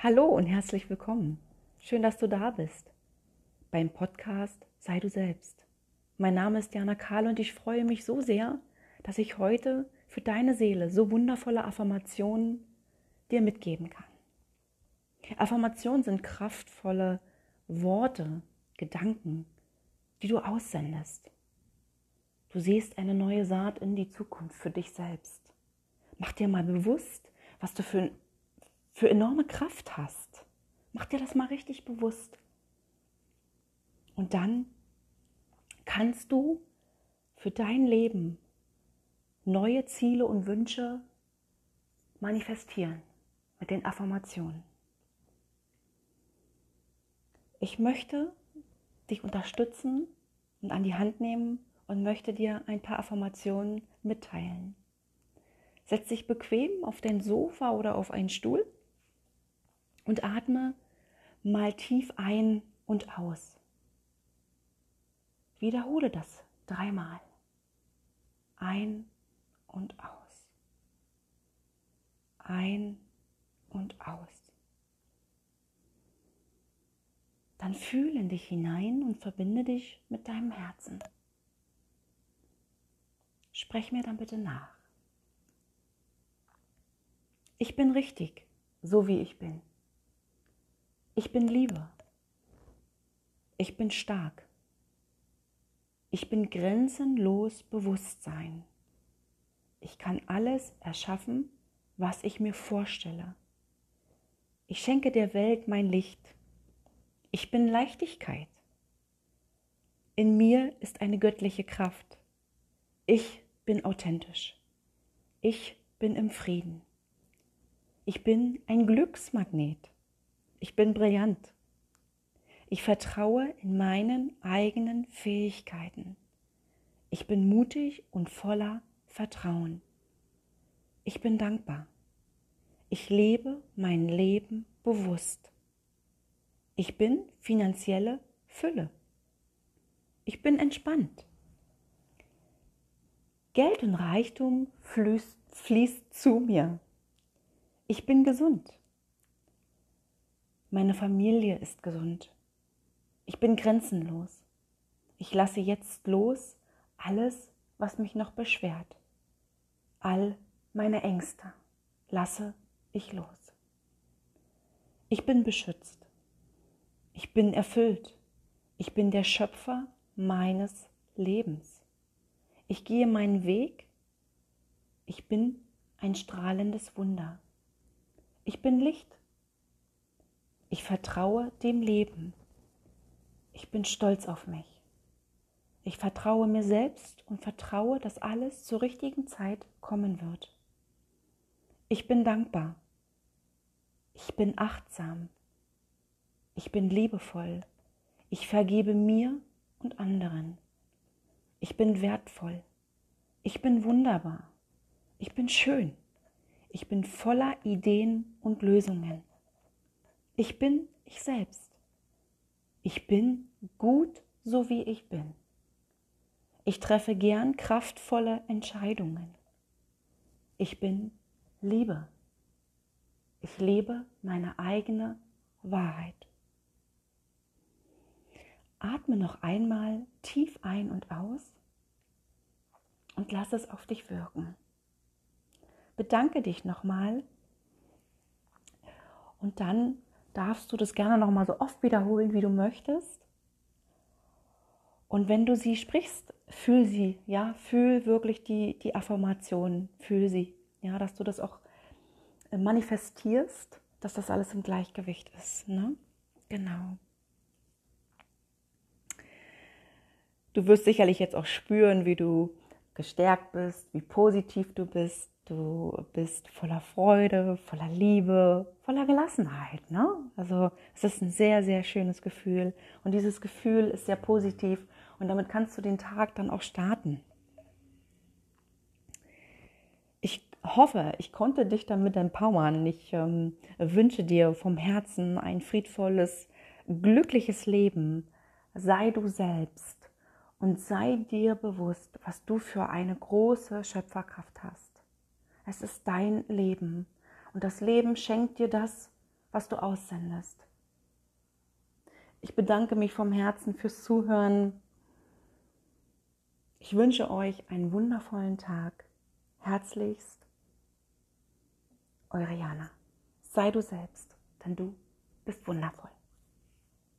Hallo und herzlich willkommen. Schön, dass du da bist beim Podcast Sei du selbst. Mein Name ist Jana Kahl und ich freue mich so sehr, dass ich heute für deine Seele so wundervolle Affirmationen dir mitgeben kann. Affirmationen sind kraftvolle Worte, Gedanken, die du aussendest. Du siehst eine neue Saat in die Zukunft für dich selbst. Mach dir mal bewusst, was du für enorme Kraft hast. Mach dir das mal richtig bewusst. Und dann kannst du für dein Leben neue Ziele und Wünsche manifestieren mit den Affirmationen. Ich möchte dich unterstützen und an die Hand nehmen und möchte dir ein paar Affirmationen mitteilen. Setz dich bequem auf dein Sofa oder auf einen Stuhl und atme mal tief ein und aus. Wiederhole das 3-mal. Ein und aus. Ein und aus. Dann fühle in dich hinein und verbinde dich mit deinem Herzen. Sprech mir dann bitte nach. Ich bin richtig, so wie ich bin. Ich bin Liebe. Ich bin stark. Ich bin grenzenlos Bewusstsein. Ich kann alles erschaffen, was ich mir vorstelle. Ich schenke der Welt mein Licht. Ich bin Leichtigkeit. In mir ist eine göttliche Kraft. Ich bin authentisch. Ich bin im Frieden. Ich bin ein Glücksmagnet. Ich bin brillant. Ich vertraue in meinen eigenen Fähigkeiten. Ich bin mutig und voller Vertrauen. Ich bin dankbar. Ich lebe mein Leben bewusst. Ich bin finanzielle Fülle. Ich bin entspannt. Geld und Reichtum fließt zu mir. Ich bin gesund. Meine Familie ist gesund. Ich bin grenzenlos. Ich lasse jetzt los alles, was mich noch beschwert. All meine Ängste lasse ich los. Ich bin beschützt. Ich bin erfüllt. Ich bin der Schöpfer meines Lebens. Ich gehe meinen Weg. Ich bin ein strahlendes Wunder. Ich bin Licht. Ich vertraue dem Leben. Ich bin stolz auf mich. Ich vertraue mir selbst und vertraue, dass alles zur richtigen Zeit kommen wird. Ich bin dankbar. Ich bin achtsam. Ich bin liebevoll. Ich vergebe mir und anderen. Ich bin wertvoll. Ich bin wunderbar. Ich bin schön. Ich bin voller Ideen und Lösungen. Ich bin ich selbst. Ich bin gut, so wie ich bin. Ich treffe gern kraftvolle Entscheidungen. Ich bin Liebe. Ich lebe meine eigene Wahrheit. Atme noch einmal tief ein und aus und lass es auf dich wirken. Bedanke dich nochmal und dann darfst du das gerne nochmal so oft wiederholen, wie du möchtest. Und wenn du sie sprichst, fühl sie, ja, fühl wirklich die Affirmation, fühl sie, ja, dass du das auch manifestierst, dass das alles im Gleichgewicht ist, ne? Genau. Du wirst sicherlich jetzt auch spüren, wie du gestärkt bist, wie positiv du bist. Du bist voller Freude, voller Liebe, voller Gelassenheit, ne? Also es ist ein sehr, sehr schönes Gefühl. Und dieses Gefühl ist sehr positiv und damit kannst du den Tag dann auch starten. Ich hoffe, ich konnte dich damit empowern. Ich wünsche dir vom Herzen ein friedvolles, glückliches Leben. Sei du selbst und sei dir bewusst, was du für eine große Schöpferkraft hast. Es ist dein Leben und das Leben schenkt dir das, was du aussendest. Ich bedanke mich vom Herzen fürs Zuhören. Ich wünsche euch einen wundervollen Tag. Herzlichst, eure Jana. Sei du selbst, denn du bist wundervoll.